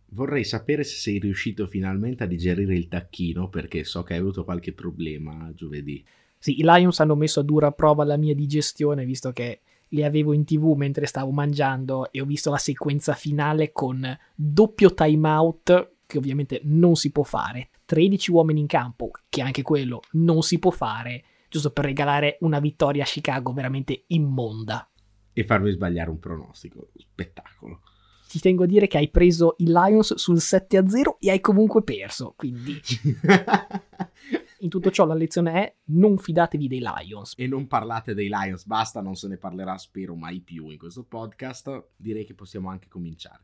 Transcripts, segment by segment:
Vorrei sapere se sei riuscito finalmente a digerire il tacchino, perché so che hai avuto qualche problema giovedì. Sì, i Lions hanno messo a dura prova la mia digestione, visto che li avevo in TV mentre stavo mangiando e ho visto la sequenza finale con doppio timeout, che ovviamente non si può fare, 13 uomini in campo, che anche quello non si può fare, giusto per regalare una vittoria a Chicago veramente immonda. E farmi sbagliare un pronostico. Spettacolo. Ti tengo a dire che hai preso i Lions sul 7-0 e hai comunque perso, quindi in tutto ciò la lezione è: non fidatevi dei Lions. E non parlate dei Lions, basta, non se ne parlerà spero mai più in questo podcast. Direi che possiamo anche cominciare.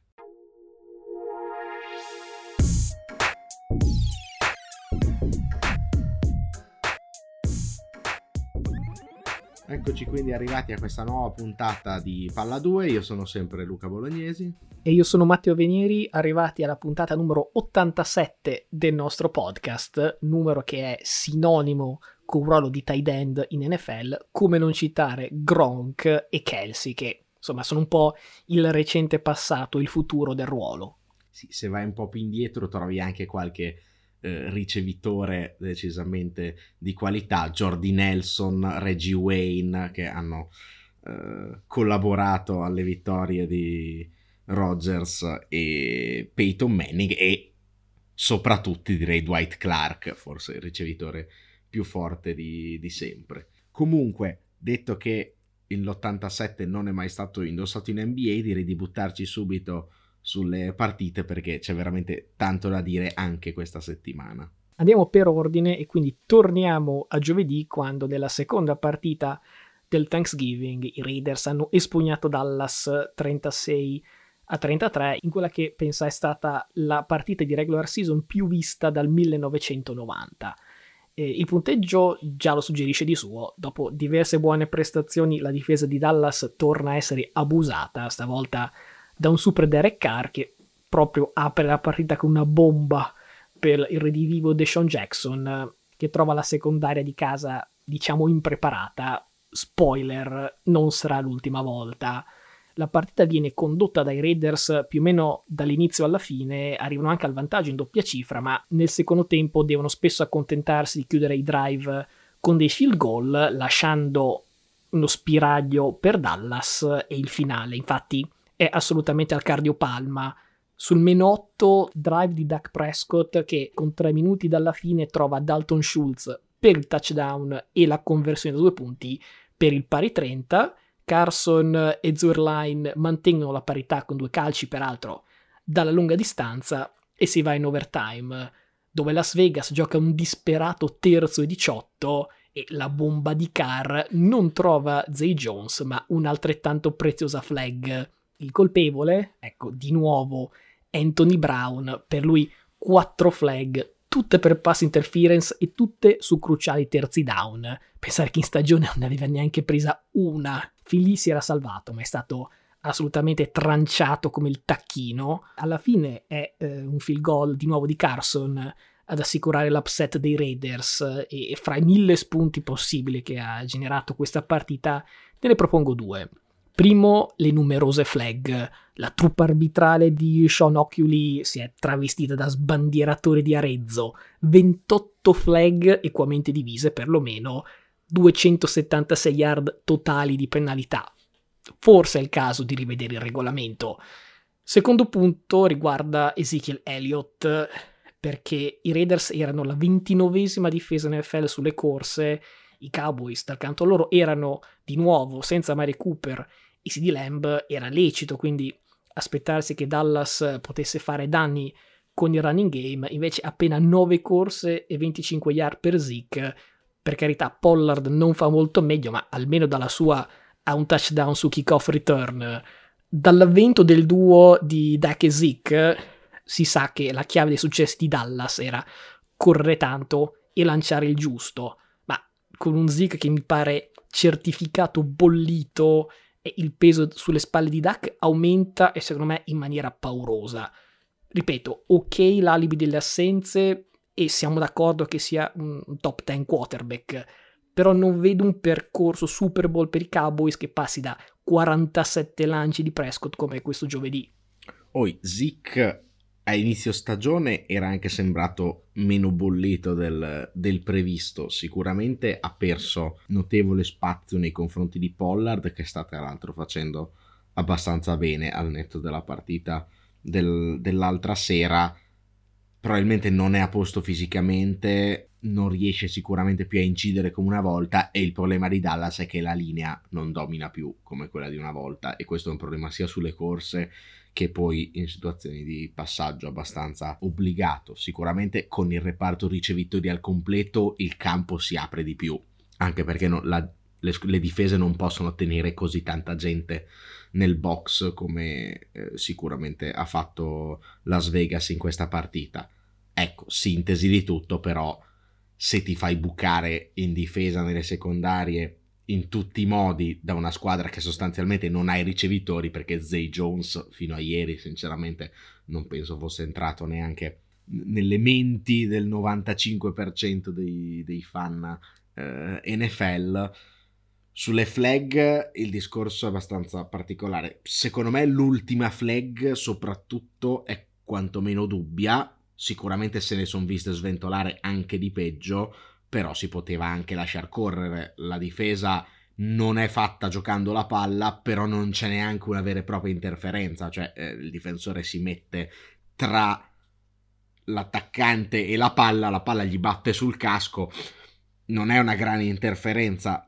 Eccoci quindi arrivati a questa nuova puntata di Palla 2, io sono sempre Luca Bolognesi. E io sono Matteo Venieri, arrivati alla puntata numero 87 del nostro podcast, numero che è sinonimo con un ruolo di tight end in NFL, come non citare Gronk e Kelsey, che insomma sono un po' il recente passato, il futuro del ruolo. Sì, se vai un po' più indietro trovi anche qualche ricevitore decisamente di qualità, Jordy Nelson, Reggie Wayne, che hanno collaborato alle vittorie di Rodgers e Peyton Manning, e soprattutto direi Dwight Clark, forse il ricevitore più forte di sempre. Comunque, detto che l'87 non è mai stato indossato in NBA, direi di buttarci subito sulle partite, perché c'è veramente tanto da dire anche questa settimana. Andiamo per ordine e quindi torniamo a giovedì, quando nella seconda partita del Thanksgiving i Raiders hanno espugnato Dallas 36-33 in quella che pensa è stata la partita di regular season più vista dal 1990. Il punteggio già lo suggerisce di suo: dopo diverse buone prestazioni la difesa di Dallas torna a essere abusata, stavolta da un super Derek Carr che proprio apre la partita con una bomba per il redivivo Deshaun Jackson, che trova la secondaria di casa diciamo impreparata. Spoiler, non sarà l'ultima volta. La partita viene condotta dai Raiders più o meno dall'inizio alla fine, arrivano anche al vantaggio in doppia cifra, ma nel secondo tempo devono spesso accontentarsi di chiudere i drive con dei field goal, lasciando uno spiraglio per Dallas, e il finale infatti è assolutamente al cardiopalma. Sul meno 8 drive di Dak Prescott, che con 3 minuti dalla fine trova Dalton Schultz per il touchdown e la conversione da 2 punti per il pari 30. Carson e Zuerlein mantengono la parità con 2 calci peraltro dalla lunga distanza e si va in overtime, dove Las Vegas gioca un disperato terzo e 18 e la bomba di Carr non trova Zay Jones ma un'altrettanto preziosa flag. Il colpevole, ecco, di nuovo Anthony Brown, per lui 4 flag, tutte per pass interference e tutte su cruciali terzi down. Pensare che in stagione non ne aveva neanche presa una. Philly si era salvato, ma è stato assolutamente tranciato come il tacchino. Alla fine è un field goal di nuovo di Carson ad assicurare l'upset dei Raiders, e fra i 1000 spunti possibili che ha generato questa partita te ne propongo 2. Primo, le numerose flag. La truppa arbitrale di Sean Oculi si è travestita da sbandieratore di Arezzo. 28 flag equamente divise, perlomeno 276 yard totali di penalità. Forse è il caso di rivedere il regolamento. Secondo punto riguarda Ezekiel Elliott, perché i Raiders erano la 29esima difesa NFL sulle corse, i Cowboys dal canto loro erano di nuovo senza Amari Cooper, e CeeDee Lamb era lecito, quindi aspettarsi che Dallas potesse fare danni con il running game. Invece appena 9 corse e 25 yard per Zeke. Per carità, Pollard non fa molto meglio, ma almeno dalla sua ha un touchdown su kickoff return. Dall'avvento del duo di Dak e Zeke si sa che la chiave dei successi di Dallas era correre tanto e lanciare il giusto, ma con un Zeke che mi pare certificato bollito, e il peso sulle spalle di Dak aumenta, e secondo me in maniera paurosa. Ripeto, ok l'alibi delle assenze e siamo d'accordo che sia un top 10 quarterback, però non vedo un percorso Super Bowl per i Cowboys che passi da 47 lanci di Prescott come questo giovedì. Zeke a inizio stagione era anche sembrato meno bollito del previsto. Sicuramente ha perso notevole spazio nei confronti di Pollard, che sta tra l'altro facendo abbastanza bene al netto della partita dell'altra sera. Probabilmente non è a posto fisicamente, non riesce sicuramente più a incidere come una volta, e il problema di Dallas è che la linea non domina più come quella di una volta, e questo è un problema sia sulle corse che poi in situazioni di passaggio abbastanza obbligato. Sicuramente con il reparto ricevitori al completo il campo si apre di più, anche perché le difese non possono tenere così tanta gente nel box come sicuramente ha fatto Las Vegas in questa partita. Ecco, sintesi di tutto, però se ti fai bucare in difesa nelle secondarie in tutti i modi da una squadra che sostanzialmente non ha i ricevitori, perché Zay Jones fino a ieri sinceramente non penso fosse entrato neanche nelle menti del 95% dei fan NFL. Sulle flag il discorso è abbastanza particolare. Secondo me l'ultima flag soprattutto è quantomeno dubbia. Sicuramente se ne sono viste sventolare anche di peggio, però si poteva anche lasciar correre. La difesa non è fatta giocando la palla, però non c'è neanche una vera e propria interferenza, cioè il difensore si mette tra l'attaccante e la palla gli batte sul casco, non è una grande interferenza.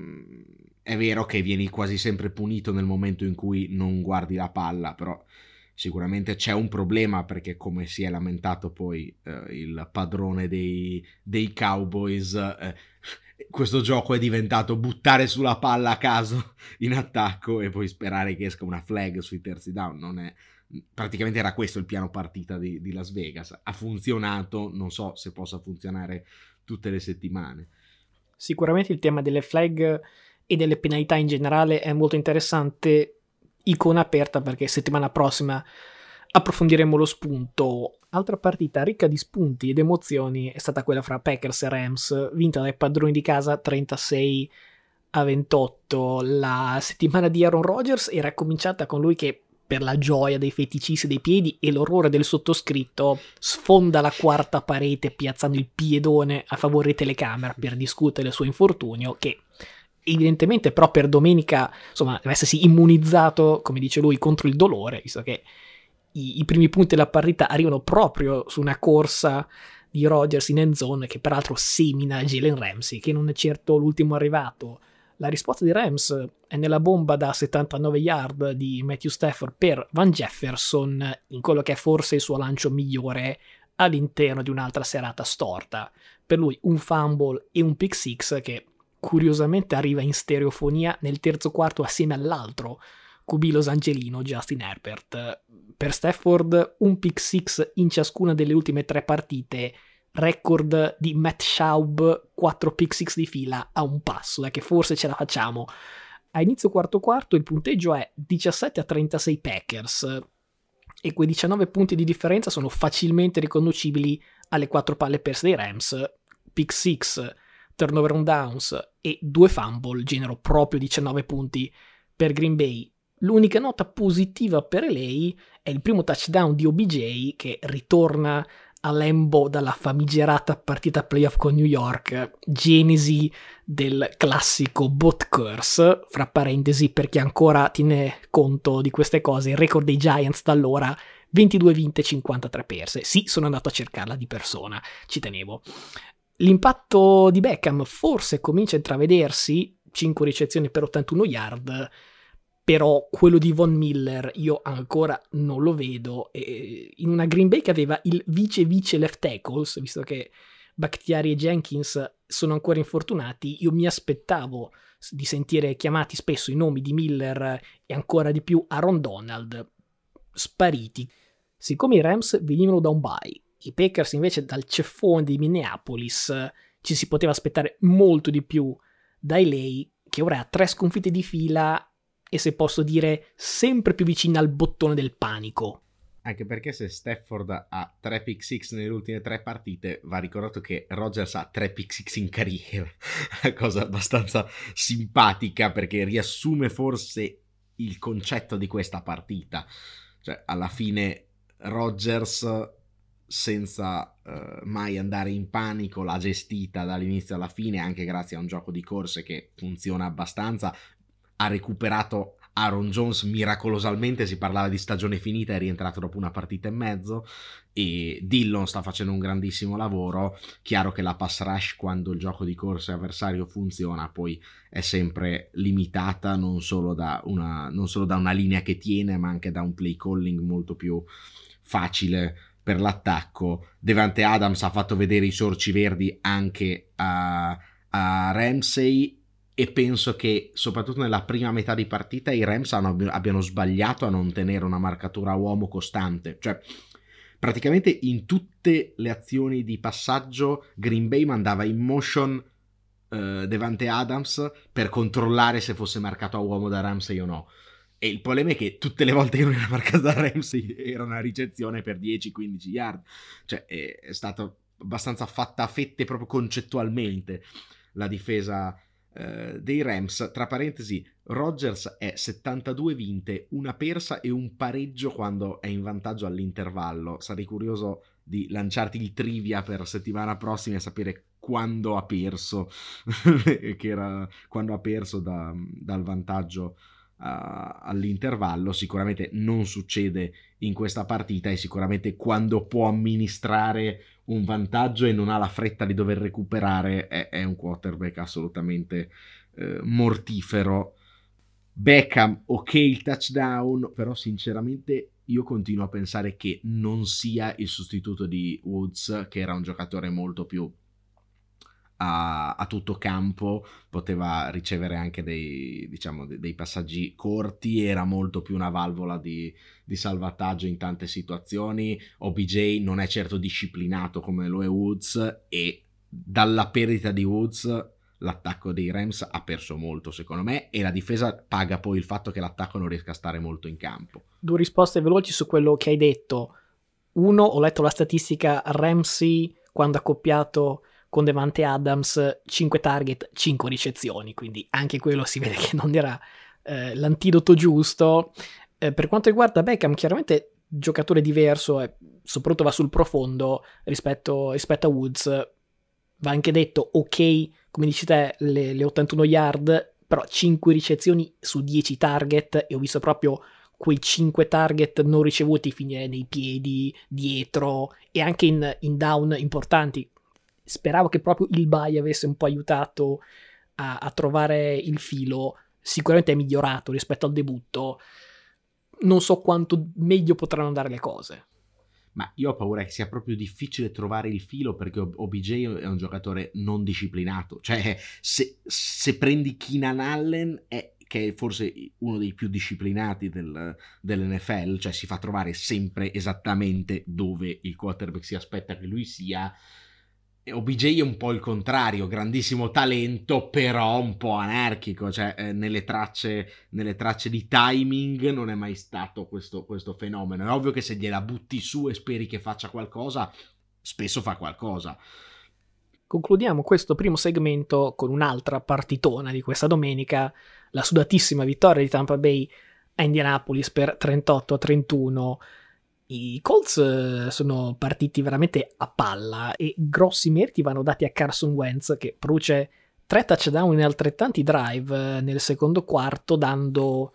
È vero che vieni quasi sempre punito nel momento in cui non guardi la palla, però sicuramente c'è un problema, perché come si è lamentato poi il padrone dei Cowboys, questo gioco è diventato buttare sulla palla a caso in attacco e poi sperare che esca una flag sui terzi down. Non è, praticamente era questo il piano partita di Las Vegas. Ha funzionato, non so se possa funzionare tutte le settimane. Sicuramente il tema delle flag e delle penalità in generale è molto interessante, icona aperta, perché settimana prossima approfondiremo lo spunto. Altra partita ricca di spunti ed emozioni è stata quella fra Packers e Rams, vinta dai padroni di casa 36-28. La settimana di Aaron Rodgers era cominciata con lui che, per la gioia dei feticisti dei piedi e l'orrore del sottoscritto, sfonda la quarta parete piazzando il piedone a favore di telecamera per discutere il suo infortunio, che evidentemente però per domenica, insomma, deve essersi immunizzato, come dice lui, contro il dolore, visto che i primi punti della partita arrivano proprio su una corsa di Rodgers in end zone, che peraltro semina Jalen Ramsey, che non è certo l'ultimo arrivato. La risposta di Rams è nella bomba da 79 yard di Matthew Stafford per Van Jefferson, in quello che è forse il suo lancio migliore all'interno di un'altra serata storta. Per lui un fumble e un pick six che curiosamente arriva in stereofonia nel terzo quarto assieme all'altro QB Los Angelino, Justin Herbert. Per Stafford un pick six in ciascuna delle ultime 3 partite, record di Matt Schaub, 4 pick six di fila a un passo, che forse ce la facciamo. A inizio quarto il punteggio è 17-36 Packers, e quei 19 punti di differenza sono facilmente riconducibili alle 4 palle perse dei Rams. Pick six, turnover on downs e 2 fumble generano proprio 19 punti per Green Bay. L'unica nota positiva per lei è il primo touchdown di OBJ, che ritorna a Lambeau dalla famigerata partita playoff con New York, genesi del classico bot curse, fra parentesi per chi ancora tiene conto di queste cose. Il record dei Giants da allora 22 vinte, 53 perse. Sì, sono andato a cercarla di persona, ci tenevo. L'impatto di Beckham forse comincia a intravedersi, 5 ricezioni per 81 yard, però quello di Von Miller io ancora non lo vedo. E in una Green Bay che aveva il vice left tackles, visto che Bakhtiari e Jenkins sono ancora infortunati, io mi aspettavo di sentire chiamati spesso i nomi di Miller e ancora di più Aaron Donald, spariti. Siccome i Rams venivano da un bye, i Packers invece dal ceffone di Minneapolis, ci si poteva aspettare molto di più dai lei, che ora ha 3 sconfitte di fila e, se posso dire, sempre più vicina al bottone del panico. Anche perché se Stafford ha 3 pick six nelle ultime 3 partite, va ricordato che Rodgers ha 3 pick six in carriera, cosa abbastanza simpatica, perché riassume forse il concetto di questa partita. Cioè, alla fine Rodgers, senza mai andare in panico, l'ha gestita dall'inizio alla fine, anche grazie a un gioco di corse che funziona abbastanza. Ha recuperato Aaron Jones miracolosamente, si parlava di stagione finita, è rientrato dopo una partita e mezzo, e Dillon sta facendo un grandissimo lavoro. Chiaro che la pass rush, quando il gioco di corse avversario funziona, poi è sempre limitata non solo da una linea che tiene, ma anche da un play calling molto più facile per l'attacco. Davante Adams ha fatto vedere i sorci verdi anche a Ramsey, e penso che soprattutto nella prima metà di partita i Rams abbiano sbagliato a non tenere una marcatura a uomo costante. Cioè, praticamente in tutte le azioni di passaggio Green Bay mandava in motion Davante Adams per controllare se fosse marcato a uomo da Ramsey o no. E il problema è che tutte le volte che non era marcato da Ramsey era una ricezione per 10-15 yard. Cioè, è stato abbastanza fatta a fette proprio concettualmente la difesa dei Rams. Tra parentesi, Rodgers è 72 vinte, una persa e un pareggio quando è in vantaggio all'intervallo. Sarei curioso di lanciarti il trivia per settimana prossima e sapere quando ha perso che era quando ha perso dal vantaggio all'intervallo. Sicuramente non succede in questa partita, e sicuramente quando può amministrare un vantaggio e non ha la fretta di dover recuperare è un quarterback assolutamente mortifero. Beckham, ok il touchdown, però sinceramente io continuo a pensare che non sia il sostituto di Woods, che era un giocatore molto più a tutto campo, poteva ricevere anche dei passaggi corti, era molto più una valvola di salvataggio in tante situazioni. OBJ non è certo disciplinato come lo è Woods, e dalla perdita di Woods l'attacco dei Rams ha perso molto secondo me, e la difesa paga poi il fatto che l'attacco non riesca a stare molto in campo. 2 risposte veloci su quello che hai detto. Uno, ho letto la statistica Ramsey quando ha accoppiato con Davante Adams, 5 target, 5 ricezioni, quindi anche quello si vede che non era l'antidoto giusto. Per quanto riguarda Beckham, chiaramente giocatore diverso, soprattutto va sul profondo rispetto a Woods. Va anche detto, ok, come dici te, le 81 yard, però 5 ricezioni su 10 target, e ho visto proprio quei 5 target non ricevuti finire nei piedi, dietro, e anche in down importanti. Speravo che proprio il bye avesse un po' aiutato a trovare il filo. Sicuramente è migliorato rispetto al debutto. Non so quanto meglio potranno andare le cose. Ma io ho paura che sia proprio difficile trovare il filo, perché OBJ è un giocatore non disciplinato. Cioè, se prendi Keenan Allen, che è forse uno dei più disciplinati dell'NFL, cioè si fa trovare sempre esattamente dove il quarterback si aspetta che lui sia. OBJ è un po' il contrario, grandissimo talento, però un po' anarchico, cioè nelle tracce di timing non è mai stato questo fenomeno. È ovvio che se gliela butti su e speri che faccia qualcosa, spesso fa qualcosa. Concludiamo questo primo segmento con un'altra partitona di questa domenica, la sudatissima vittoria di Tampa Bay a Indianapolis per 38-31. I Colts sono partiti veramente a palla, e grossi meriti vanno dati a Carson Wentz, che produce 3 touchdown in altrettanti drive nel secondo quarto, dando,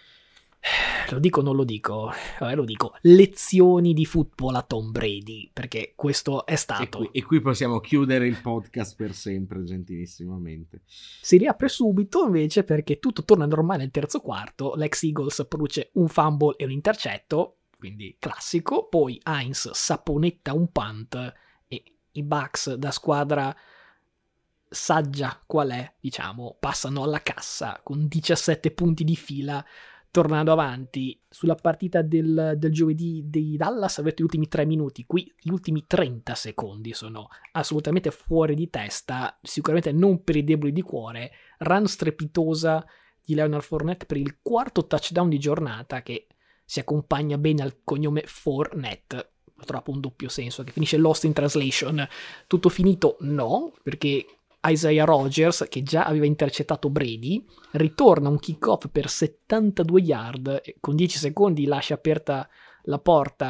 lo dico o non lo dico? Lo dico, lezioni di football a Tom Brady, perché questo è stato. E qui possiamo chiudere il podcast per sempre, gentilissimamente. Si riapre subito invece, perché tutto torna normale nel terzo quarto. L'ex Eagles produce un fumble e un intercetto, quindi classico. Poi Hines saponetta un punt, e i Bucks, da squadra saggia qual è, diciamo, passano alla cassa con 17 punti di fila, tornando avanti. Sulla partita del giovedì di Dallas avete gli ultimi 3 minuti, qui gli ultimi 30 secondi sono assolutamente fuori di testa, sicuramente non per i deboli di cuore. Run strepitosa di Leonard Fournette per il 4º touchdown di giornata, che si accompagna bene al cognome Fournette. Troppo un doppio senso che finisce lost in translation. Tutto finito? No, perché Isaiah Rodgers, che già aveva intercettato Brady, ritorna un kickoff per 72 yard, con 10 secondi lascia aperta la porta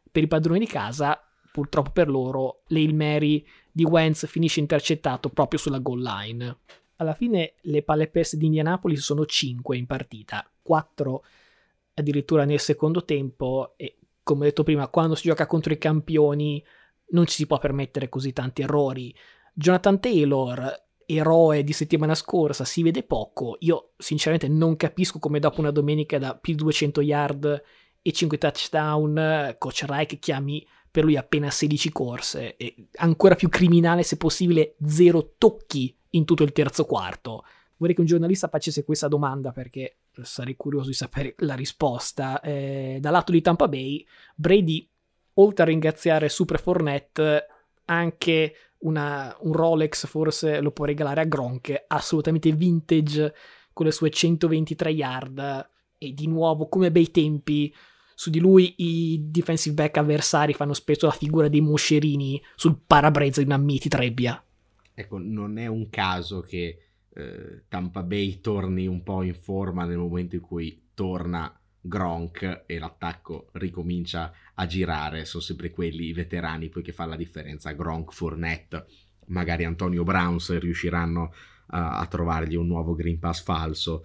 Per i padroni di casa, purtroppo per loro, l'Hail Mary di Wentz finisce intercettato proprio sulla goal line. Alla fine le palle perse di Indianapolis sono 5 in partita, 4 addirittura nel secondo tempo, e come ho detto prima, quando si gioca contro i campioni non ci si può permettere così tanti errori. Jonathan Taylor, eroe di settimana scorsa, si vede poco. Io sinceramente non capisco come dopo una domenica da più di 200 yard e 5 touchdown coach Reich chiami per lui appena 16 corse, e ancora più criminale se possibile 0 tocchi in tutto il terzo quarto. Vorrei che un giornalista facesse questa domanda perché sarei curioso di sapere la risposta. Dal lato di Tampa Bay, Brady, oltre a ringraziare Super Fournette, anche un Rolex forse lo può regalare a Gronk, assolutamente vintage, con le sue 123 yard, e di nuovo, come bei tempi, su di lui i defensive back avversari fanno spesso la figura dei moscerini sul parabrezza di una miti trebbia. Ecco, non è un caso che Tampa Bay torni un po' in forma nel momento in cui torna Gronk e l'attacco ricomincia a girare. Sono sempre quelli i veterani poi che fanno la differenza. Gronk, Fournette, magari Antonio Brown, se riusciranno a trovargli un nuovo Green Pass falso.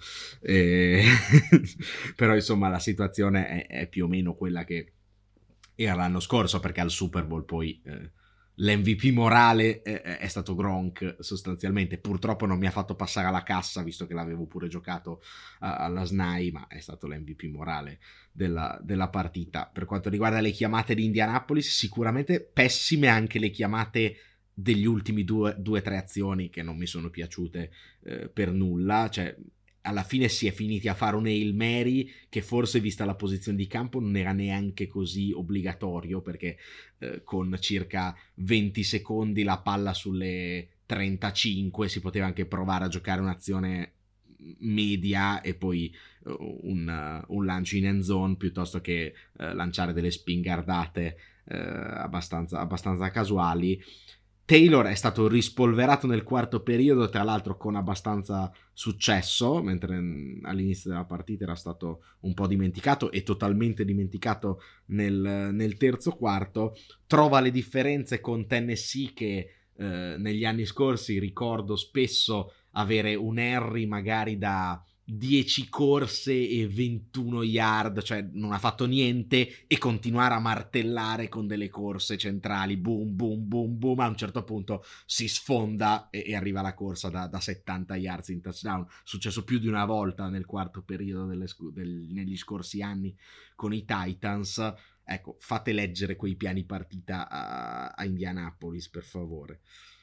Però insomma la situazione è più o meno quella che era l'anno scorso, perché al Super Bowl poi l'MVP morale è stato Gronk sostanzialmente. Purtroppo non mi ha fatto passare alla cassa, visto che l'avevo pure giocato alla SNAI, ma è stato l'MVP morale della partita. Per quanto riguarda le chiamate di Indianapolis, sicuramente pessime anche le chiamate degli ultimi 2-3 azioni, che non mi sono piaciute per nulla. Cioè, alla fine si è finiti a fare un Hail Mary che forse, vista la posizione di campo, non era neanche così obbligatorio, perché con circa 20 secondi, la palla sulle 35, si poteva anche provare a giocare un'azione media e poi un lancio in end zone, piuttosto che lanciare delle spingardate abbastanza casuali. Taylor è stato rispolverato nel quarto periodo, tra l'altro con abbastanza successo, mentre all'inizio della partita era stato un po' dimenticato e totalmente dimenticato nel terzo quarto. Trova le differenze con Tennessee, che negli anni scorsi ricordo spesso avere un Henry magari da 10 corse e 21 yard, cioè non ha fatto niente, e continuare a martellare con delle corse centrali, boom boom boom boom, a un certo punto si sfonda e arriva la corsa da 70 yards in touchdown. Successo più di una volta nel quarto periodo negli scorsi anni con i Titans. Ecco, fate leggere quei piani partita a Indianapolis, per favore.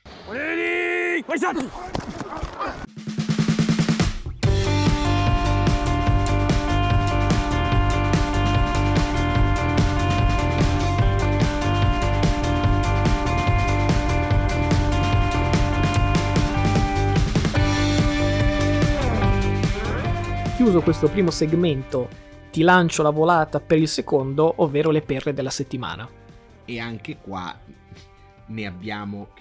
Chiuso questo primo segmento, ti lancio la volata per il secondo, ovvero le perle della settimana. E anche qua ne abbiamo,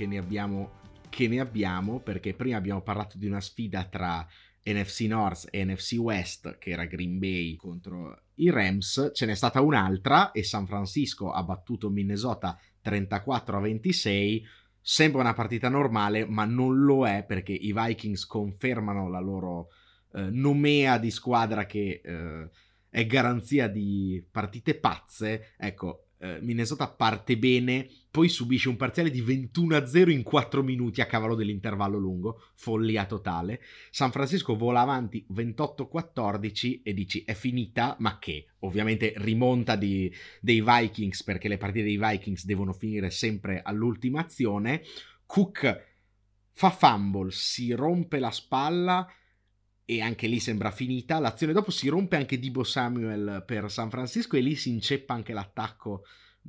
perché prima abbiamo parlato di una sfida tra NFC North e NFC West, che era Green Bay contro i Rams. Ce n'è stata un'altra e San Francisco ha battuto Minnesota 34-26. Sembra una partita normale, ma non lo è, perché i Vikings confermano la loro nomea di squadra che è garanzia di partite pazze. Ecco, Minnesota parte bene, poi subisce un parziale di 21-0 in 4 minuti a cavallo dell'intervallo lungo, follia totale. San Francisco vola avanti 28-14 e dici è finita, ma che? Ovviamente rimonta dei Vikings, perché le partite dei Vikings devono finire sempre all'ultima azione. Cook fa fumble, si rompe la spalla e anche lì sembra finita. L'azione dopo si rompe anche Deebo Samuel per San Francisco e lì si inceppa anche l'attacco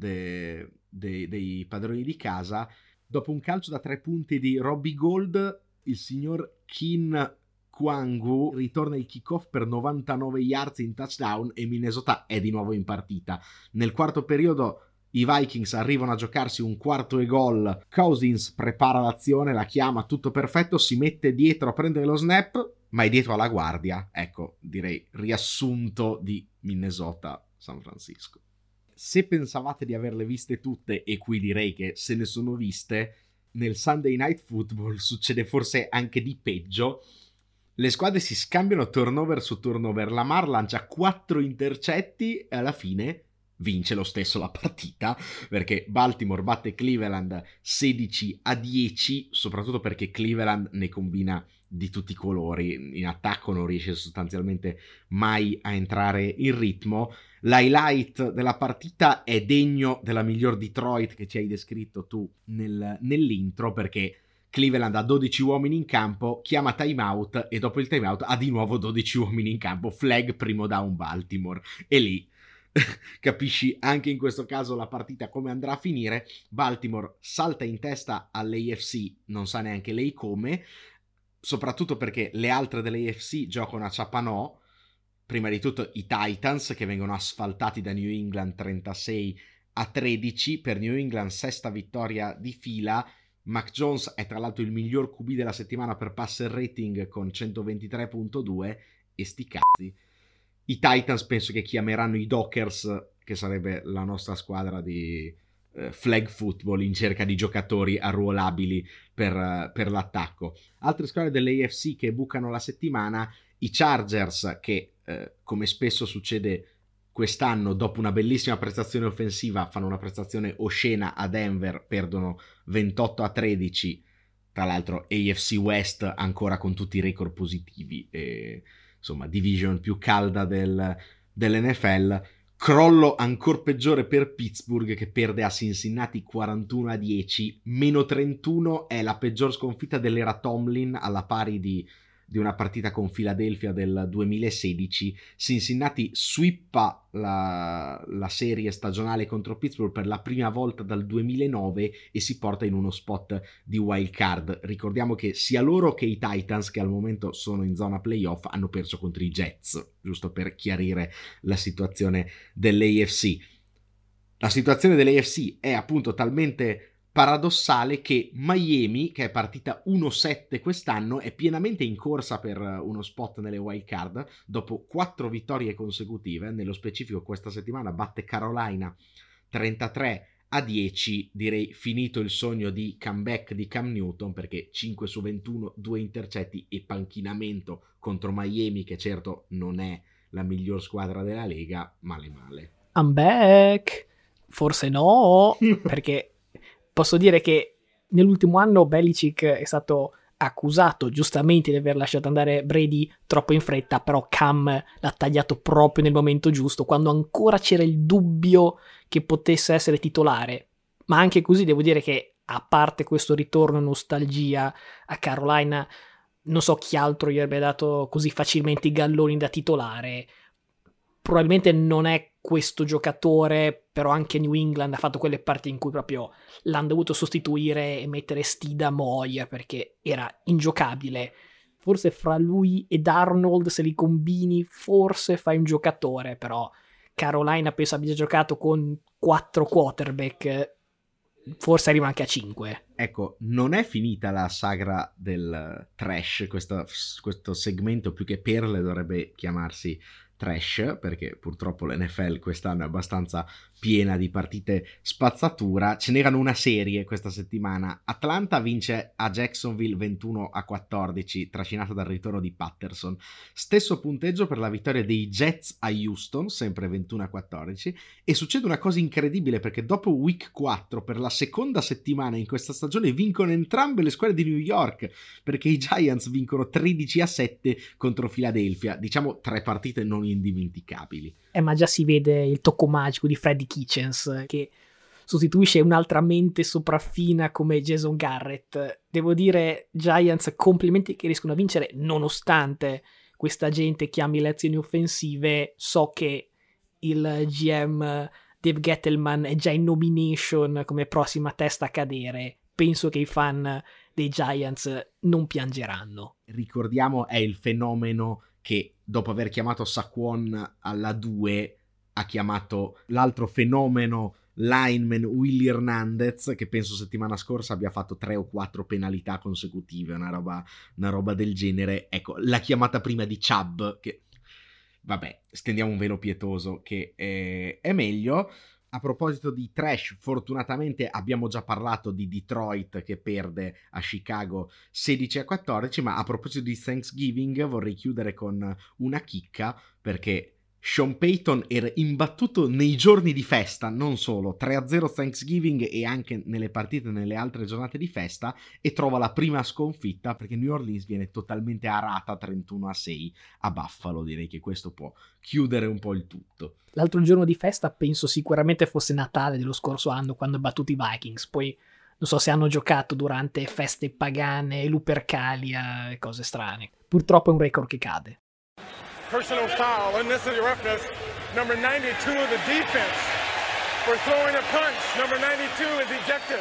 dei padroni di casa. Dopo un calcio da 3 punti di Robbie Gould, il signor Kin Kwangu ritorna il kickoff per 99 yards in touchdown e Minnesota è di nuovo in partita. Nel quarto periodo i Vikings arrivano a giocarsi un quarto e gol. Cousins prepara l'azione, la chiama, tutto perfetto, si mette dietro a prendere lo snap, ma è dietro alla guardia. Ecco, direi riassunto di Minnesota San Francisco. se pensavate di averle viste tutte, e qui direi che se ne sono viste, nel Sunday Night Football succede forse anche di peggio. Le squadre si scambiano turnover su turnover, Lamar lancia 4 intercetti e alla fine vince lo stesso la partita, perché Baltimore batte Cleveland 16-10, soprattutto perché Cleveland ne combina di tutti i colori, in attacco non riesce sostanzialmente mai a entrare in ritmo. L'highlight della partita è degno della miglior Detroit che ci hai descritto tu nell'intro, perché Cleveland ha 12 uomini in campo, chiama timeout e dopo il timeout ha di nuovo 12 uomini in campo, flag, primo down Baltimore, e lì capisci anche in questo caso la partita come andrà a finire. Baltimore salta in testa all'AFC, non sa neanche lei come, soprattutto perché le altre dell'AFC giocano a Ciapanò. Prima di tutto i Titans, che vengono asfaltati da New England 36-13, per New England 6ª vittoria di fila. Mac Jones è tra l'altro il miglior QB della settimana per passer rating con 123.2, e sti cazzi. I Titans penso che chiameranno i Dockers, che sarebbe la nostra squadra di flag football, in cerca di giocatori arruolabili per l'attacco. Altre squadre dell'AFC che bucano la settimana: i Chargers, che come spesso succede quest'anno, dopo una bellissima prestazione offensiva fanno una prestazione oscena a Denver, perdono 28-13, tra l'altro AFC West ancora con tutti i record positivi, e insomma division più calda dell'NFL. Crollo ancora peggiore per Pittsburgh, che perde a Cincinnati 41-10, meno 31 è la peggior sconfitta dell'era Tomlin, alla pari di una partita con Philadelphia del 2016. Cincinnati swippa la serie stagionale contro Pittsburgh per la prima volta dal 2009 e si porta in uno spot di wild card. Ricordiamo che sia loro che i Titans, che al momento sono in zona playoff, hanno perso contro i Jets, giusto per chiarire la situazione dell'AFC. La situazione dell'AFC è appunto talmente paradossale che Miami, che è partita 1-7 quest'anno, è pienamente in corsa per uno spot nelle wild card dopo 4 vittorie consecutive. Nello specifico questa settimana batte Carolina 33-10. Direi finito il sogno di comeback di Cam Newton, perché 5 su 21, 2 intercetti e panchinamento contro Miami, che certo non è la miglior squadra della lega, male. I'm back. Forse no, perché posso dire che nell'ultimo anno Belichick è stato accusato giustamente di aver lasciato andare Brady troppo in fretta, però Cam l'ha tagliato proprio nel momento giusto, quando ancora c'era il dubbio che potesse essere titolare. Ma anche così devo dire che, a parte questo ritorno nostalgia a Carolina, non so chi altro gli avrebbe dato così facilmente i galloni da titolare. Probabilmente non è questo giocatore, però anche New England ha fatto quelle parti in cui proprio l'hanno dovuto sostituire e mettere Stida Moya perché era ingiocabile. Forse fra lui ed Arnold, se li combini, forse fai un giocatore, però Carolina penso abbia giocato con 4 quarterback, forse arriva anche a 5. Ecco, non è finita la sagra del trash, questo segmento più che perle dovrebbe chiamarsi trash, perché purtroppo l'NFL quest'anno è abbastanza piena di partite spazzatura. Ce n'erano una serie questa settimana. Atlanta vince a Jacksonville 21-14, trascinata dal ritorno di Patterson. Stesso punteggio per la vittoria dei Jets a Houston, sempre 21-14, e succede una cosa incredibile, perché dopo week 4, per la seconda settimana in questa stagione, vincono entrambe le squadre di New York, perché i Giants vincono 13-7 contro Philadelphia. Diciamo 3 partite non indimenticabili. Ma già si vede il tocco magico di Freddie Kitchens, che sostituisce un'altra mente sopraffina come Jason Garrett. Devo dire, Giants, complimenti che riescono a vincere nonostante questa gente chiami le azioni offensive. So che il GM Dave Gettleman è già in nomination come prossima testa a cadere. Penso che i fan dei Giants non piangeranno. Ricordiamo, è il fenomeno che dopo aver chiamato Saquon alla 2 ha chiamato l'altro fenomeno lineman Willy Hernandez, che penso settimana scorsa abbia fatto 3 o 4 penalità consecutive, una roba del genere. Ecco, la chiamata prima di Chubb, che vabbè, stendiamo un velo pietoso, che è meglio. A proposito di trash, fortunatamente abbiamo già parlato di Detroit che perde a Chicago 16-14, ma a proposito di Thanksgiving vorrei chiudere con una chicca, perché Sean Payton era imbattuto nei giorni di festa, non solo 3-0 Thanksgiving e anche nelle partite nelle altre giornate di festa, e trova la prima sconfitta perché New Orleans viene totalmente arata 31-6 a Buffalo. Direi che questo può chiudere un po' il tutto. L'altro giorno di festa penso sicuramente fosse Natale dello scorso anno, quando ha battuto i Vikings. Poi non so se hanno giocato durante feste pagane, Lupercalia e cose strane. Purtroppo è un record che cade. Personal foul, unnecessary roughness, number 92 of the defense for throwing a punch. Number 92 is ejected.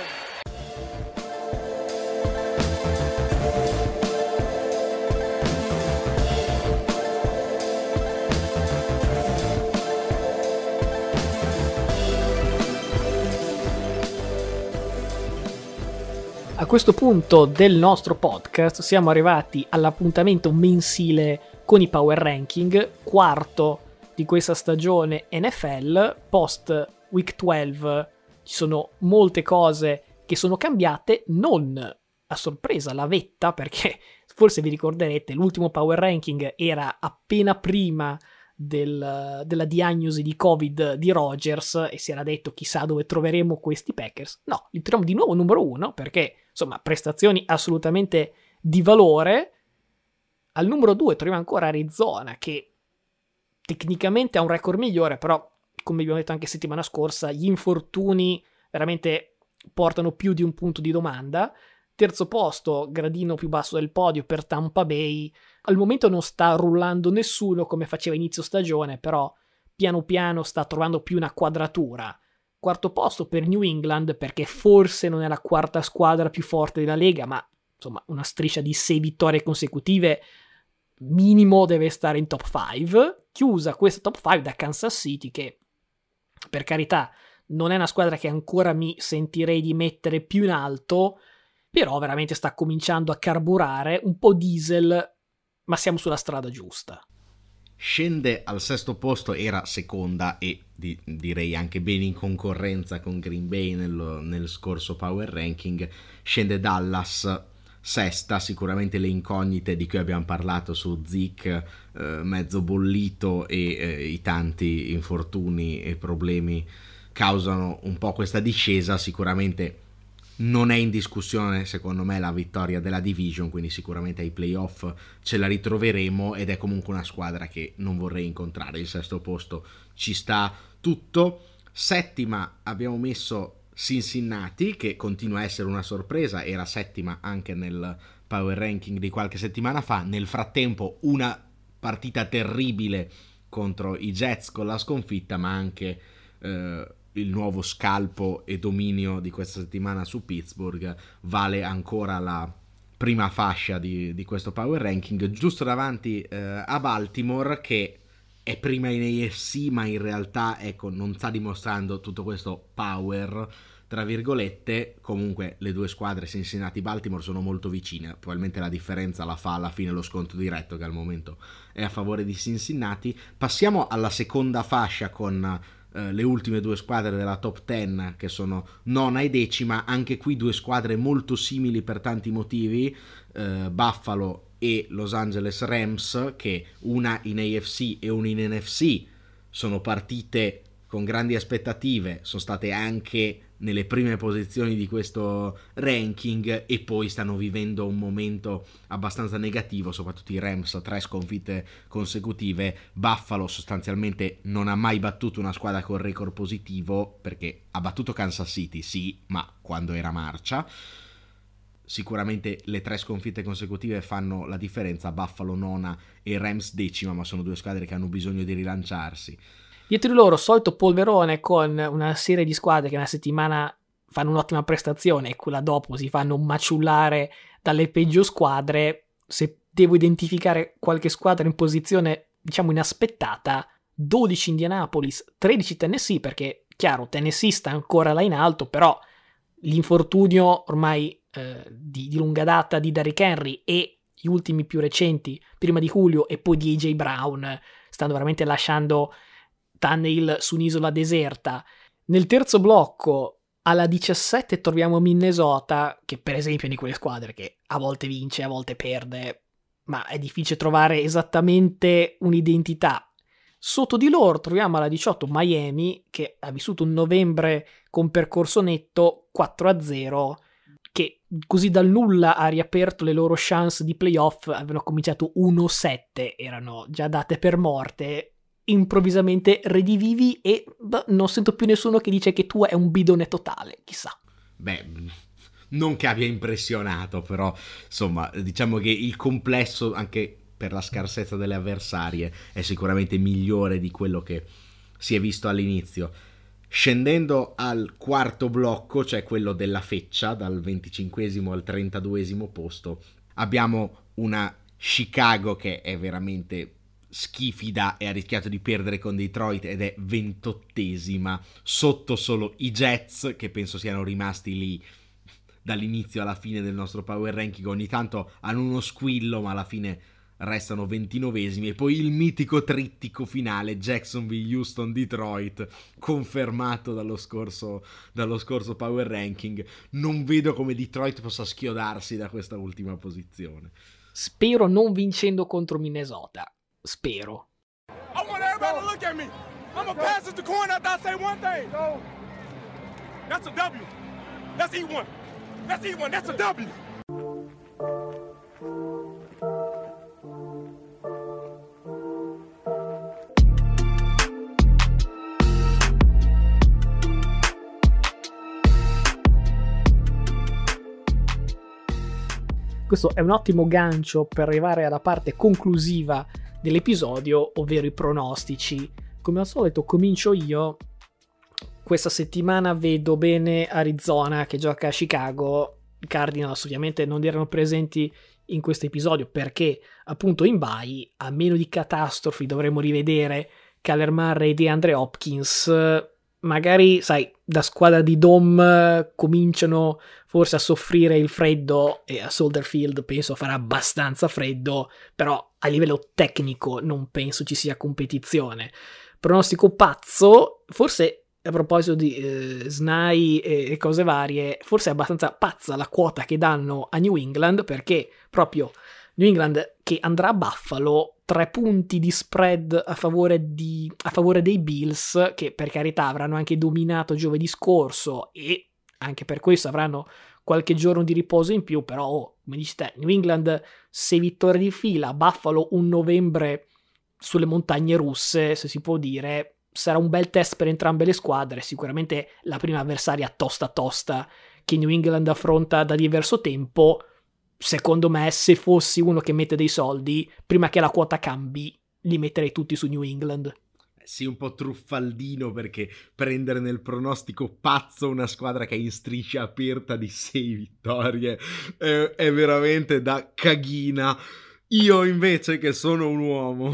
A questo punto del nostro podcast siamo arrivati all'appuntamento mensile con i Power Ranking, quarto di questa stagione NFL. Post Week 12 ci sono molte cose che sono cambiate, non a sorpresa la vetta, perché forse vi ricorderete l'ultimo Power Ranking era appena prima della diagnosi di Covid di Rodgers e si era detto chissà dove troveremo questi Packers. No, li troviamo di nuovo numero 1 perché insomma prestazioni assolutamente di valore. Al numero 2 troviamo ancora Arizona, che tecnicamente ha un record migliore, però come abbiamo detto anche settimana scorsa gli infortuni veramente portano più di un punto di domanda. Terzo posto, gradino più basso del podio per Tampa Bay. Al momento non sta rullando nessuno come faceva inizio stagione, però piano piano sta trovando più una quadratura. Quarto posto per New England, perché forse non è la quarta squadra più forte della Lega, ma insomma una striscia di 6 vittorie consecutive minimo deve stare in top 5. Chiusa questa top 5 da Kansas City, che per carità non è una squadra che ancora mi sentirei di mettere più in alto, però veramente sta cominciando a carburare, un po' diesel, ma siamo sulla strada giusta. Scende al sesto posto, era seconda e direi anche bene in concorrenza con Green Bay nel scorso Power Ranking. Scende Dallas sesta, sicuramente le incognite di cui abbiamo parlato su Zeke, mezzo bollito e i tanti infortuni e problemi causano un po' questa discesa. Sicuramente non è in discussione secondo me la vittoria della division, quindi sicuramente ai playoff ce la ritroveremo ed è comunque una squadra che non vorrei incontrare. Il sesto posto ci sta tutto. Settima abbiamo messo Cincinnati, che continua a essere una sorpresa, era settima anche nel power ranking di qualche settimana fa. Nel frattempo una partita terribile contro i Jets con la sconfitta, ma anche il nuovo scalpo e dominio di questa settimana su Pittsburgh vale ancora la prima fascia di questo power ranking, giusto davanti a Baltimore, che è prima in AFC ma in realtà ecco non sta dimostrando tutto questo power tra virgolette. Comunque le due squadre Cincinnati e Baltimore sono molto vicine, probabilmente la differenza la fa alla fine lo sconto diretto, che al momento è a favore di Cincinnati. Passiamo alla seconda fascia con le ultime due squadre della top 10, che sono nona e decima. Anche qui due squadre molto simili per tanti motivi, Buffalo e Los Angeles Rams, che una in AFC e una in NFC sono partite con grandi aspettative, sono state anche nelle prime posizioni di questo ranking e poi stanno vivendo un momento abbastanza negativo, soprattutto i Rams, 3 sconfitte consecutive. Buffalo sostanzialmente non ha mai battuto una squadra con record positivo, perché ha battuto Kansas City, sì, ma quando era marcia. Sicuramente le 3 sconfitte consecutive fanno la differenza, Buffalo nona e Rams decima, ma sono due squadre che hanno bisogno di rilanciarsi. Dietro di loro solito polverone con una serie di squadre che una settimana fanno un'ottima prestazione e quella dopo si fanno maciullare dalle peggio squadre. Se devo identificare qualche squadra in posizione diciamo inaspettata, 12 Indianapolis, 13 Tennessee, perché chiaro Tennessee sta ancora là in alto, però l'infortunio ormai di lunga data di Derrick Henry e gli ultimi più recenti prima di Julio e poi di AJ Brown stanno veramente lasciando Tannehill su un'isola deserta. Nel terzo blocco, alla 17, troviamo Minnesota, che per esempio è di quelle squadre che a volte vince, a volte perde, ma è difficile trovare esattamente un'identità. Sotto di loro troviamo alla 18 Miami, che ha vissuto un novembre con percorso netto 4-0, che così dal nulla ha riaperto le loro chance di playoff. Avevano cominciato 1-7, erano già date per morte, improvvisamente redivivi e non sento più nessuno che dice che tu è un bidone totale, chissà. Beh, non che abbia impressionato, però insomma diciamo che il complesso, anche per la scarsezza delle avversarie, è sicuramente migliore di quello che si è visto all'inizio. Scendendo al quarto blocco, cioè quello della feccia, dal 25esimo al 32esimo posto, abbiamo una Chicago che è veramente schifida e ha rischiato di perdere con Detroit ed è 28esima, sotto solo i Jets, che penso siano rimasti lì dall'inizio alla fine del nostro power ranking. Ogni tanto hanno uno squillo, ma alla fine restano 29esimi, e poi il mitico trittico finale Jacksonville, Houston, Detroit, confermato dallo scorso power ranking. Non vedo come Detroit possa schiodarsi da questa ultima posizione. Spero non vincendo contro Minnesota, spero. I want everybody to look at me. I'm gonna pass it to Corn after I say one thing. That's a W. Let's eat one. Let's eat one. That's a W. Questo è un ottimo gancio per arrivare alla parte conclusiva dell'episodio, ovvero i pronostici. Come al solito comincio io. Questa settimana vedo bene Arizona che gioca a Chicago. I Cardinals ovviamente non erano presenti in questo episodio perché appunto in bye, a meno di catastrofi dovremo rivedere Kyler Murray e DeAndre Hopkins. Magari, sai, da squadra di Dom cominciano forse a soffrire il freddo, e a Soldier Field penso farà abbastanza freddo, però a livello tecnico non penso ci sia competizione. Pronostico pazzo, forse a proposito di SNAI e cose varie, forse è abbastanza pazza la quota che danno a New England, perché proprio New England che andrà a Buffalo, 3 punti di spread a favore dei Bills, che per carità avranno anche dominato giovedì scorso e anche per questo avranno qualche giorno di riposo in più, però come dici te, New England 6 vittorie di fila, Buffalo un novembre sulle montagne russe, se si può dire. Sarà un bel test per entrambe le squadre, sicuramente la prima avversaria tosta che New England affronta da diverso tempo. Secondo me, se fossi uno che mette dei soldi, prima che la quota cambi, li metterei tutti su New England. Sì, un po' truffaldino, perché prendere nel pronostico pazzo una squadra che è in striscia aperta di 6 vittorie è veramente da caghina. Io invece, che sono un uomo,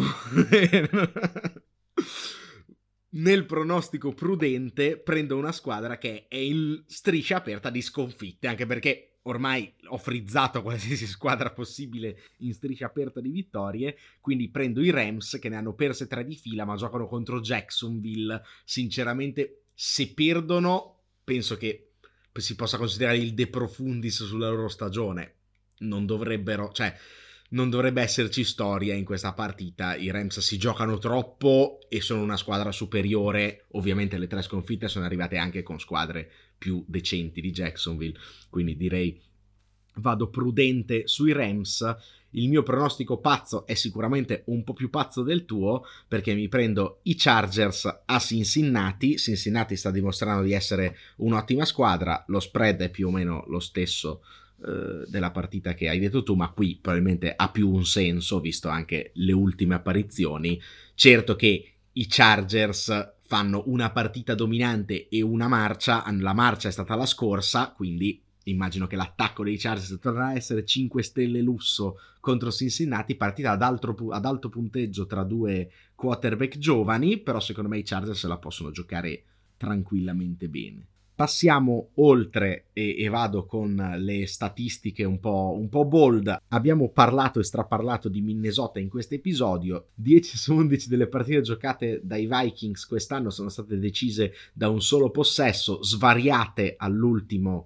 nel pronostico prudente prendo una squadra che è in striscia aperta di sconfitte, anche perché ormai ho frizzato qualsiasi squadra possibile in striscia aperta di vittorie, quindi prendo i Rams, che ne hanno perse 3 di fila, ma giocano contro Jacksonville. Sinceramente, se perdono, penso che si possa considerare il de profundis sulla loro stagione. Non dovrebbe esserci storia in questa partita. I Rams si giocano troppo e sono una squadra superiore. Ovviamente le 3 sconfitte sono arrivate anche con squadre più decenti di Jacksonville, quindi direi vado prudente sui Rams. Il mio pronostico pazzo è sicuramente un po' più pazzo del tuo, perché mi prendo i Chargers a Cincinnati. Cincinnati sta dimostrando di essere un'ottima squadra, lo spread è più o meno lo stesso della partita che hai detto tu, ma qui probabilmente ha più un senso visto anche le ultime apparizioni. Certo che i Chargers fanno una partita dominante e una marcia, la marcia è stata la scorsa, quindi immagino che l'attacco dei Chargers tornerà a essere 5 stelle lusso contro Cincinnati, partita ad alto punteggio tra 2 quarterback giovani, però secondo me i Chargers se la possono giocare tranquillamente bene. Passiamo oltre e vado con le statistiche un po' bold. Abbiamo parlato e straparlato di Minnesota in questo episodio. 10 su 11 delle partite giocate dai Vikings quest'anno sono state decise da un solo possesso, svariate all'ultima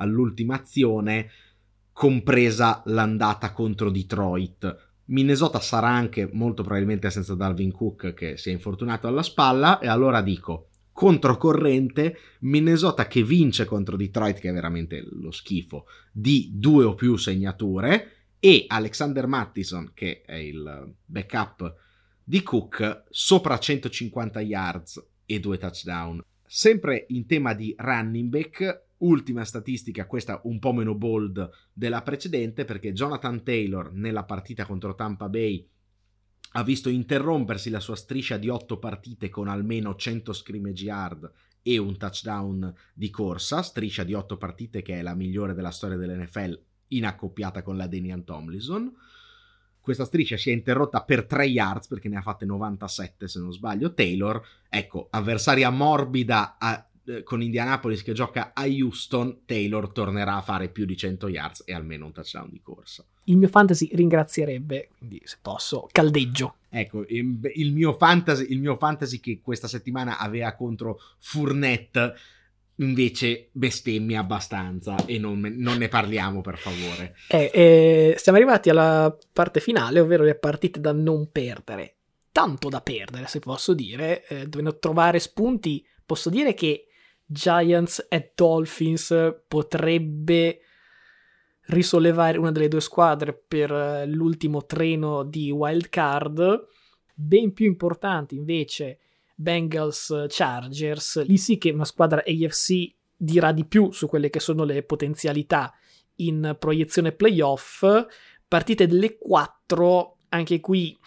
azione, compresa l'andata contro Detroit. Minnesota sarà anche molto probabilmente senza Dalvin Cook, che si è infortunato alla spalla, e allora dico: controcorrente, Minnesota che vince contro Detroit, che è veramente lo schifo, di 2 o più segnature, e Alexander Mattison, che è il backup di Cook, sopra 150 yards e 2 touchdown. Sempre in tema di running back, ultima statistica, questa un po' meno bold della precedente, perché Jonathan Taylor nella partita contro Tampa Bay ha visto interrompersi la sua striscia di 8 partite con almeno 100 scrimmage yard e un touchdown di corsa, striscia di 8 partite che è la migliore della storia dell'NFL in accoppiata con la Danian Tomlinson. Questa striscia si è interrotta per 3 yards perché ne ha fatte 97 se non sbaglio Taylor. Ecco, avversaria morbida con Indianapolis che gioca a Houston, Taylor tornerà a fare più di 100 yards e almeno un touchdown di corsa. Il mio fantasy ringrazierebbe, quindi se posso, caldeggio. Ecco, il mio fantasy che questa settimana aveva contro Fournette invece bestemmia abbastanza e non ne parliamo, per favore. Siamo arrivati alla parte finale, ovvero le partite da non perdere. Tanto da perdere, se posso dire, dovendo trovare spunti. Posso dire che Giants e Dolphins potrebbe risollevare una delle due squadre per l'ultimo treno di wild card. Ben più importanti invece Bengals Chargers. Lì sì che una squadra AFC dirà di più su quelle che sono le potenzialità in proiezione playoff. Partite delle 4, anche qui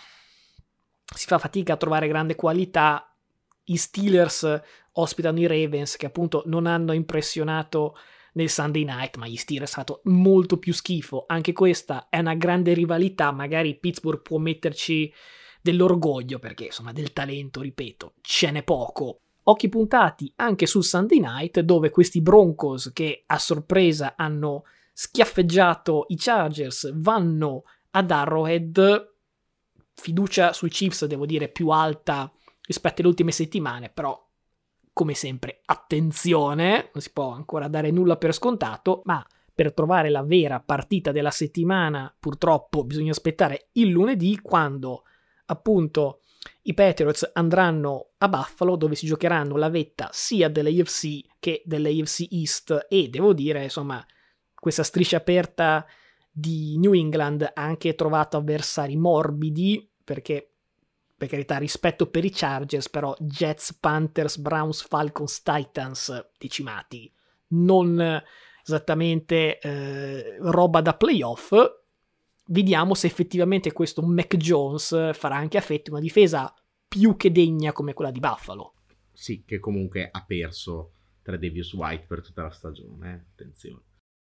si fa fatica a trovare grande qualità. I Steelers ospitano i Ravens, che appunto non hanno impressionato nel Sunday Night, ma gli Steelers hanno fatto molto più schifo. Anche questa è una grande rivalità, magari Pittsburgh può metterci dell'orgoglio, perché insomma del talento, ripeto, ce n'è poco. Occhi puntati anche sul Sunday Night, dove questi Broncos, che a sorpresa hanno schiaffeggiato i Chargers, vanno ad Arrowhead. Fiducia sui Chiefs, devo dire, più alta rispetto alle ultime settimane, però come sempre attenzione, non si può ancora dare nulla per scontato, ma per trovare la vera partita della settimana purtroppo bisogna aspettare il lunedì, quando appunto i Patriots andranno a Buffalo, dove si giocheranno la vetta sia dell'AFC che dell'AFC East, e devo dire insomma questa striscia aperta di New England ha anche trovato avversari morbidi, perché per carità rispetto per i Chargers, però Jets, Panthers, Browns, Falcons, Titans decimati, non esattamente roba da playoff. Vediamo se effettivamente questo Mac Jones farà anche affetti una difesa più che degna come quella di Buffalo. Sì, che comunque ha perso Tre'Davious White per tutta la stagione, attenzione.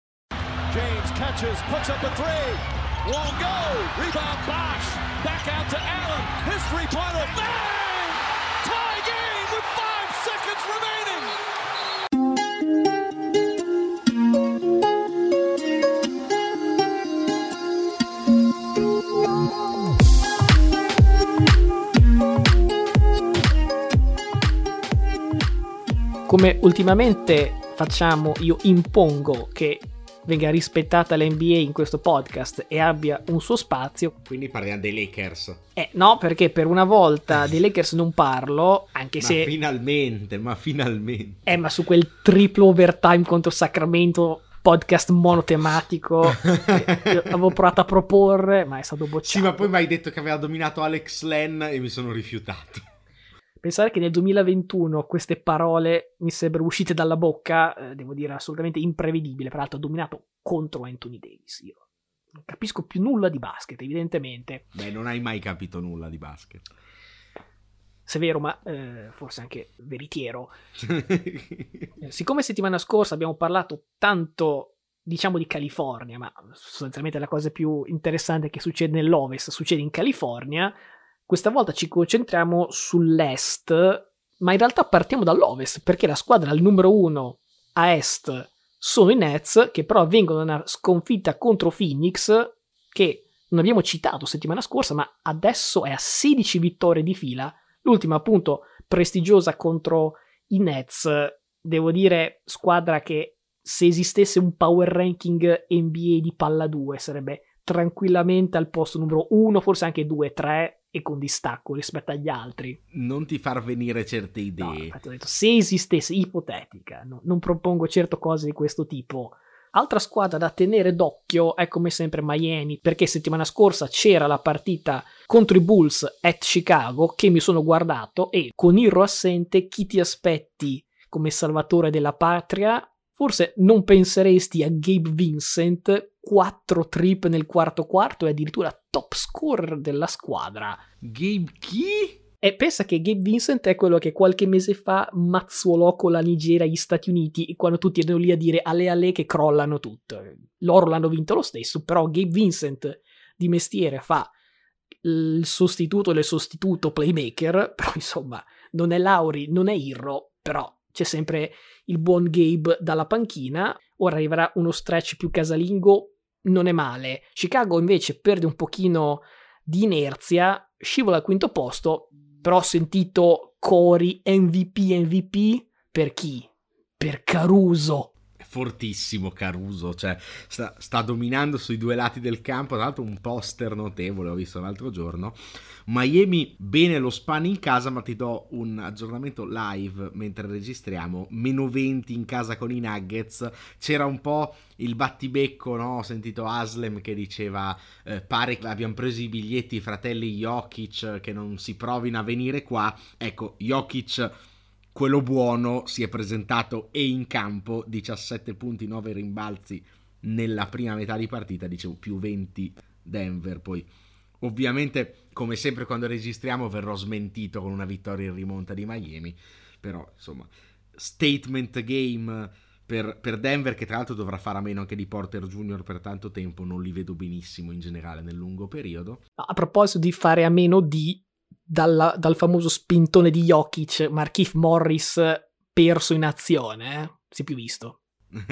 James catches, puts up a three, won't go, rebound Bosch, back out to Allen, his three-pointer, bang! Tie game with 5 seconds remaining! Come ultimamente facciamo, io impongo che venga rispettata l'NBA in questo podcast e abbia un suo spazio. Quindi parliamo dei Lakers. No, perché per una volta dei Lakers non parlo, anche se... Ma finalmente. Ma su quel triplo overtime contro Sacramento, podcast monotematico, io avevo provato a proporre, ma è stato bocciato. Sì, ma poi mi hai detto che aveva dominato Alex Len e mi sono rifiutato. Pensare che nel 2021 queste parole mi sarebbero uscite dalla bocca, devo dire assolutamente imprevedibile. Peraltro ha dominato contro Anthony Davis. Io non capisco più nulla di basket, evidentemente. Beh, non hai mai capito nulla di basket. Severo, ma forse anche veritiero. Siccome settimana scorsa abbiamo parlato tanto, diciamo, di California, ma sostanzialmente la cosa più interessante che succede nell'Ovest succede in California, questa volta ci concentriamo sull'Est, ma in realtà partiamo dall'Ovest, perché la squadra al numero 1 a est sono i Nets, che però vengono da una sconfitta contro Phoenix, che non abbiamo citato settimana scorsa, ma adesso è a 16 vittorie di fila. L'ultima appunto prestigiosa contro i Nets, devo dire squadra che se esistesse un power ranking NBA di palla 2 sarebbe tranquillamente al posto numero 1, forse anche 2, 3 e con distacco rispetto agli altri. Non ti far venire certe idee. No, infatti ho detto, se esistesse, ipotetica, no, non propongo certo cose di questo tipo. Altra squadra da tenere d'occhio è come sempre Miami, perché settimana scorsa c'era la partita contro i Bulls at Chicago che mi sono guardato, e con Irro assente chi ti aspetti come salvatore della patria? Forse non penseresti a Gabe Vincent, 4 trip nel quarto quarto e addirittura top scorer della squadra. Gabe chi? E pensa che Gabe Vincent è quello che qualche mese fa mazzuolò con la Nigeria agli Stati Uniti, e quando tutti erano lì a dire ale che crollano tutto. Loro l'hanno vinto lo stesso, però Gabe Vincent di mestiere fa il sostituto del sostituto playmaker, però insomma non è Lauri, non è Irro, però c'è sempre il buon Gabe dalla panchina. Ora arriverà uno stretch più casalingo, non è male. Chicago invece perde un pochino di inerzia, scivola al quinto posto, però ho sentito cori MVP per chi? Per Caruso. È fortissimo Caruso, cioè sta dominando sui due lati del campo, tra l'altro un poster notevole, ho visto l'altro giorno. Miami bene lo span in casa, ma ti do un aggiornamento live mentre registriamo, meno 20 in casa con i Nuggets. C'era un po' il battibecco, no? Ho sentito Haslem che diceva pare che abbiano preso i biglietti i fratelli Jokic, che non si provino a venire qua. Ecco, Jokic, quello buono, si è presentato e in campo, 17 punti, 9 rimbalzi nella prima metà di partita, dicevo più 20 Denver. Poi ovviamente come sempre quando registriamo verrò smentito con una vittoria in rimonta di Miami, però insomma statement game per Denver, che tra l'altro dovrà fare a meno anche di Porter Jr. per tanto tempo. Non li vedo benissimo in generale nel lungo periodo. A proposito di fare a meno di, dal famoso spintone di Jokic, Markieff Morris perso in azione, si è più visto.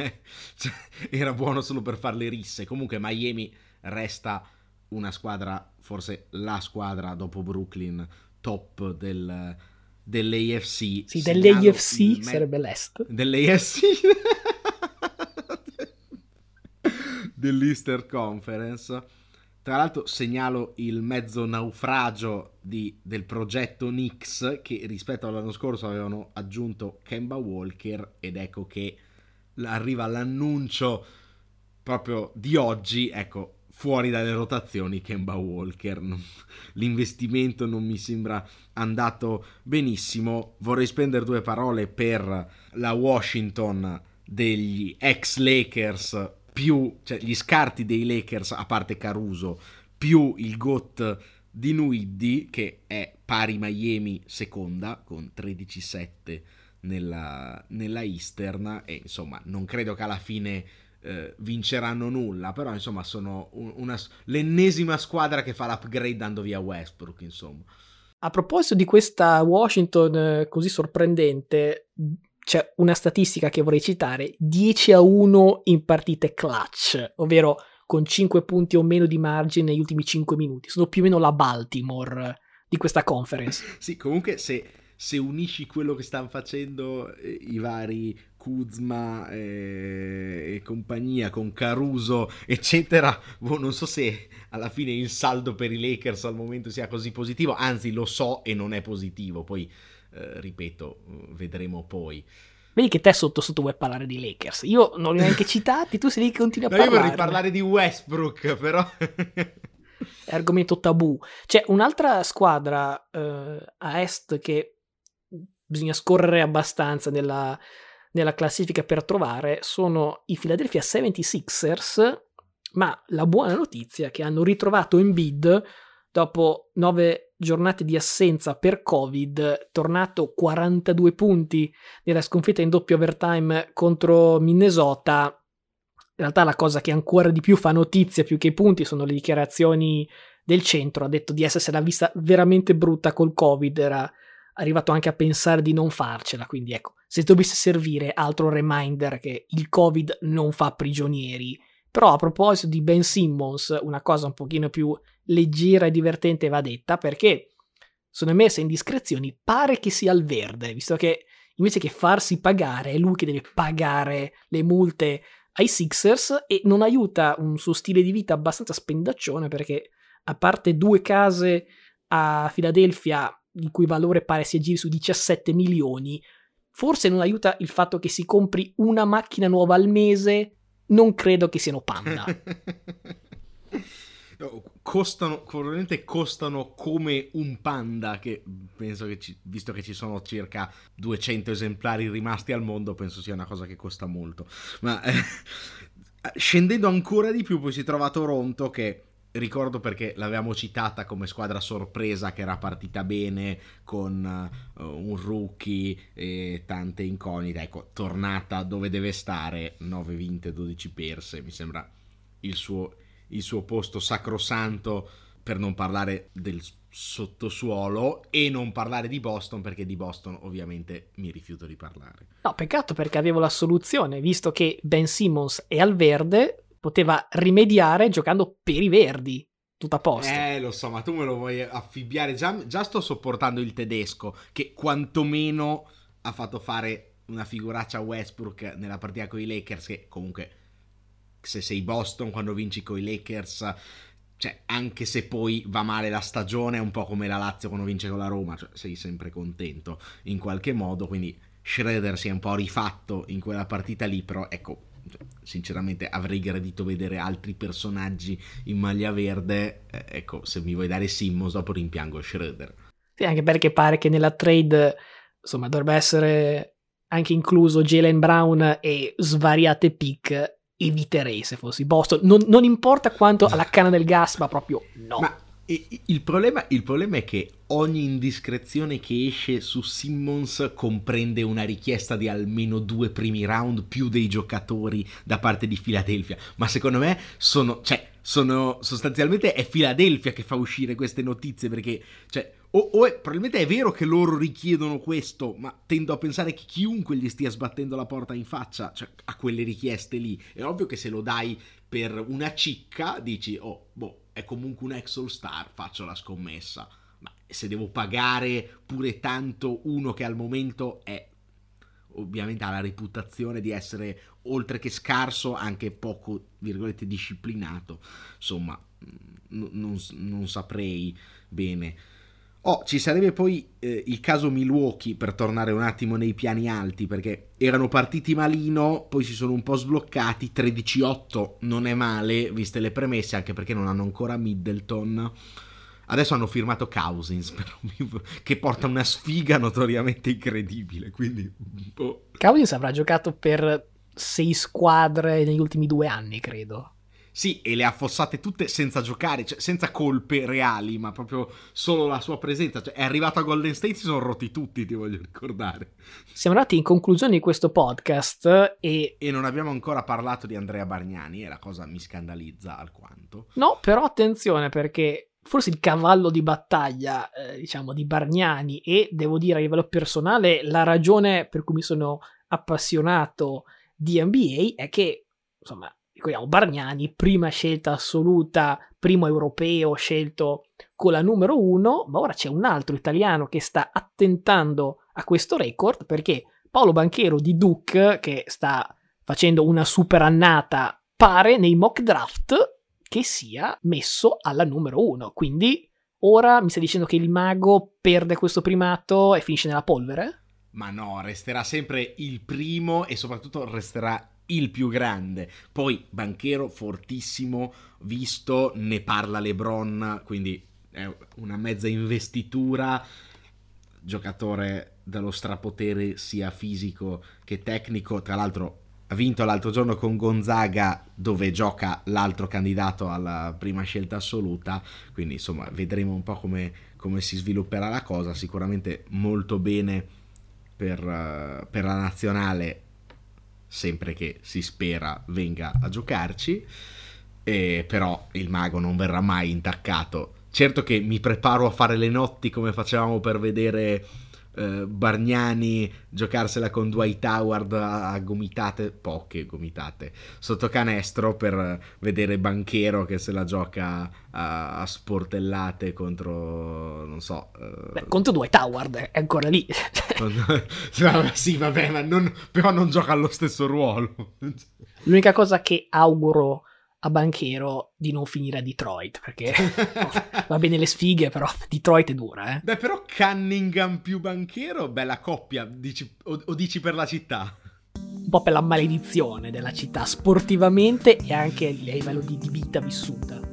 Era buono solo per fare le risse. Comunque Miami resta una squadra, forse la squadra dopo Brooklyn, top dell'AFC. Sì, dell'AFC sarebbe l'Est. Dell'AFC dell'Eastern Conference. Tra l'altro segnalo il mezzo naufragio del progetto Knicks, che rispetto all'anno scorso avevano aggiunto Kemba Walker, ed ecco che arriva l'annuncio proprio di oggi, ecco, fuori dalle rotazioni Kemba Walker. L'investimento non mi sembra andato benissimo. Vorrei spendere due parole per la Washington degli ex Lakers, più, cioè gli scarti dei Lakers a parte Caruso, più il GOAT di Nuidi, che è pari Miami seconda con 13-7 nella Eastern, e insomma non credo che alla fine vinceranno nulla, però insomma sono l'ennesima squadra che fa l'upgrade dando via Westbrook, insomma. A proposito di questa Washington così sorprendente, c'è una statistica che vorrei citare: 10-1 in partite clutch, ovvero con 5 punti o meno di margine negli ultimi 5 minuti. Sono più o meno la Baltimore di questa conference. Sì, comunque se unisci quello che stanno facendo i vari Kuzma e compagnia con Caruso eccetera, non so se alla fine il saldo per i Lakers al momento sia così positivo, anzi lo so e non è positivo, poi ripeto, vedremo poi. Vedi che te sotto vuoi parlare di Lakers, io non li ho neanche citati, tu sei lì che continui a parlare. Io vorrei parlare di Westbrook, però è argomento tabù. C'è un'altra squadra a est che bisogna scorrere abbastanza nella classifica per trovare, sono i Philadelphia 76ers, ma la buona notizia è che hanno ritrovato Embiid dopo 9 giornate di assenza per Covid, tornato 42 punti nella sconfitta in doppio overtime contro Minnesota. In realtà la cosa che ancora di più fa notizia più che i punti sono le dichiarazioni del centro. Ha detto di essersela vista veramente brutta col Covid, era arrivato anche a pensare di non farcela, quindi ecco, se dovesse servire, altro reminder che il Covid non fa prigionieri. Però a proposito di Ben Simmons, una cosa un pochino più leggera e divertente va detta, perché sono emerse indiscrezioni, pare che sia al verde, visto che invece che farsi pagare è lui che deve pagare le multe ai Sixers, e non aiuta un suo stile di vita abbastanza spendaccione, perché a parte 2 case a Philadelphia, il cui valore pare si aggiri su 17 milioni, forse non aiuta il fatto che si compri una macchina nuova al mese. Non credo che siano panda. Probabilmente costano come un panda, che penso che visto che ci sono circa 200 esemplari rimasti al mondo, penso sia una cosa che costa molto. Ma scendendo ancora di più, poi si trova Toronto, che ricordo perché l'avevamo citata come squadra sorpresa, che era partita bene con un rookie e tante incognite. Ecco, tornata dove deve stare, 9 vinte, 12 perse, mi sembra il suo posto sacrosanto, per non parlare del sottosuolo e non parlare di Boston, perché di Boston ovviamente mi rifiuto di parlare. No, peccato, perché avevo la soluzione, visto che Ben Simmons è al verde, poteva rimediare giocando per i verdi, tutto a posto. Lo so, ma tu me lo vuoi affibbiare. Già sto sopportando il tedesco, che quantomeno ha fatto fare una figuraccia a Westbrook nella partita con i Lakers, che comunque, se sei Boston quando vinci con i Lakers, cioè anche se poi va male la stagione, è un po' come la Lazio quando vince con la Roma, cioè sei sempre contento in qualche modo. Quindi Schroeder si è un po' rifatto in quella partita lì, però ecco, sinceramente avrei gradito vedere altri personaggi in maglia verde. Ecco, se mi vuoi dare Simmons, dopo rimpiango Schroeder. Sì, anche perché pare che nella trade, insomma, dovrebbe essere anche incluso Jaylen Brown e svariate pick. Eviterei se fossi Boston, non importa quanto alla canna del gas, ma proprio no. Ma il problema è che ogni indiscrezione che esce su Simmons comprende una richiesta di almeno 2 primi round più dei giocatori da parte di Philadelphia. Ma secondo me sono sostanzialmente è Philadelphia che fa uscire queste notizie, perché cioè probabilmente è vero che loro richiedono questo, ma tendo a pensare che chiunque gli stia sbattendo la porta in faccia, cioè, a quelle richieste lì. È ovvio che se lo dai per una cicca dici è comunque un ex all-star, faccio la scommessa. Ma se devo pagare pure tanto uno che al momento è, ovviamente ha la reputazione di essere, oltre che scarso, anche poco, virgolette, disciplinato, insomma, non saprei bene. Ci sarebbe poi il caso Milwaukee, per tornare un attimo nei piani alti, perché erano partiti malino, poi si sono un po' sbloccati. 13-8 non è male, viste le premesse, anche perché non hanno ancora Middleton. Adesso hanno firmato Cousins, però, che porta una sfiga notoriamente incredibile, quindi Cousins avrà giocato per 6 squadre negli ultimi 2 anni, credo. Sì, e le ha affossate tutte senza giocare, cioè senza colpe reali, ma proprio solo la sua presenza. Cioè, è arrivato a Golden State, si sono rotti tutti, ti voglio ricordare. Siamo arrivati in conclusione di questo podcast e non abbiamo ancora parlato di Andrea Bargnani, e la cosa mi scandalizza alquanto. No, però attenzione, perché forse il cavallo di battaglia, diciamo, di Bargnani, e devo dire a livello personale la ragione per cui mi sono appassionato di NBA è che, insomma, ricordiamo Bargnani, prima scelta assoluta, primo europeo scelto con la numero 1, ma ora c'è un altro italiano che sta attentando a questo record, perché Paolo Banchero di Duke, che sta facendo una super annata, pare nei mock draft che sia messo alla numero 1, quindi ora mi stai dicendo che il mago perde questo primato e finisce nella polvere? Ma no, resterà sempre il primo e soprattutto resterà il più grande. Poi Banchero fortissimo, visto, ne parla LeBron, quindi è una mezza investitura, giocatore dallo strapotere sia fisico che tecnico. Tra l'altro ha vinto l'altro giorno con Gonzaga, dove gioca l'altro candidato alla prima scelta assoluta, quindi insomma vedremo un po' come si svilupperà la cosa. Sicuramente molto bene per la nazionale, sempre che si spera venga a giocarci, però il mago non verrà mai intaccato. Certo che mi preparo a fare le notti come facevamo per vedere Bargnani giocarsela con Dwight Howard a gomitate, poche gomitate, sotto canestro, per vedere Banchero che se la gioca a sportellate contro, non so... contro Dwight Howard, è ancora lì. Sì, vabbè, ma però non gioca allo stesso ruolo. L'unica cosa che auguro a Banchero di non finire a Detroit, perché va bene le sfighe, però Detroit è dura, Beh, però Cunningham più Banchero, bella coppia, dici per la città? Un po' per la maledizione della città, sportivamente e anche a livello di vita vissuta.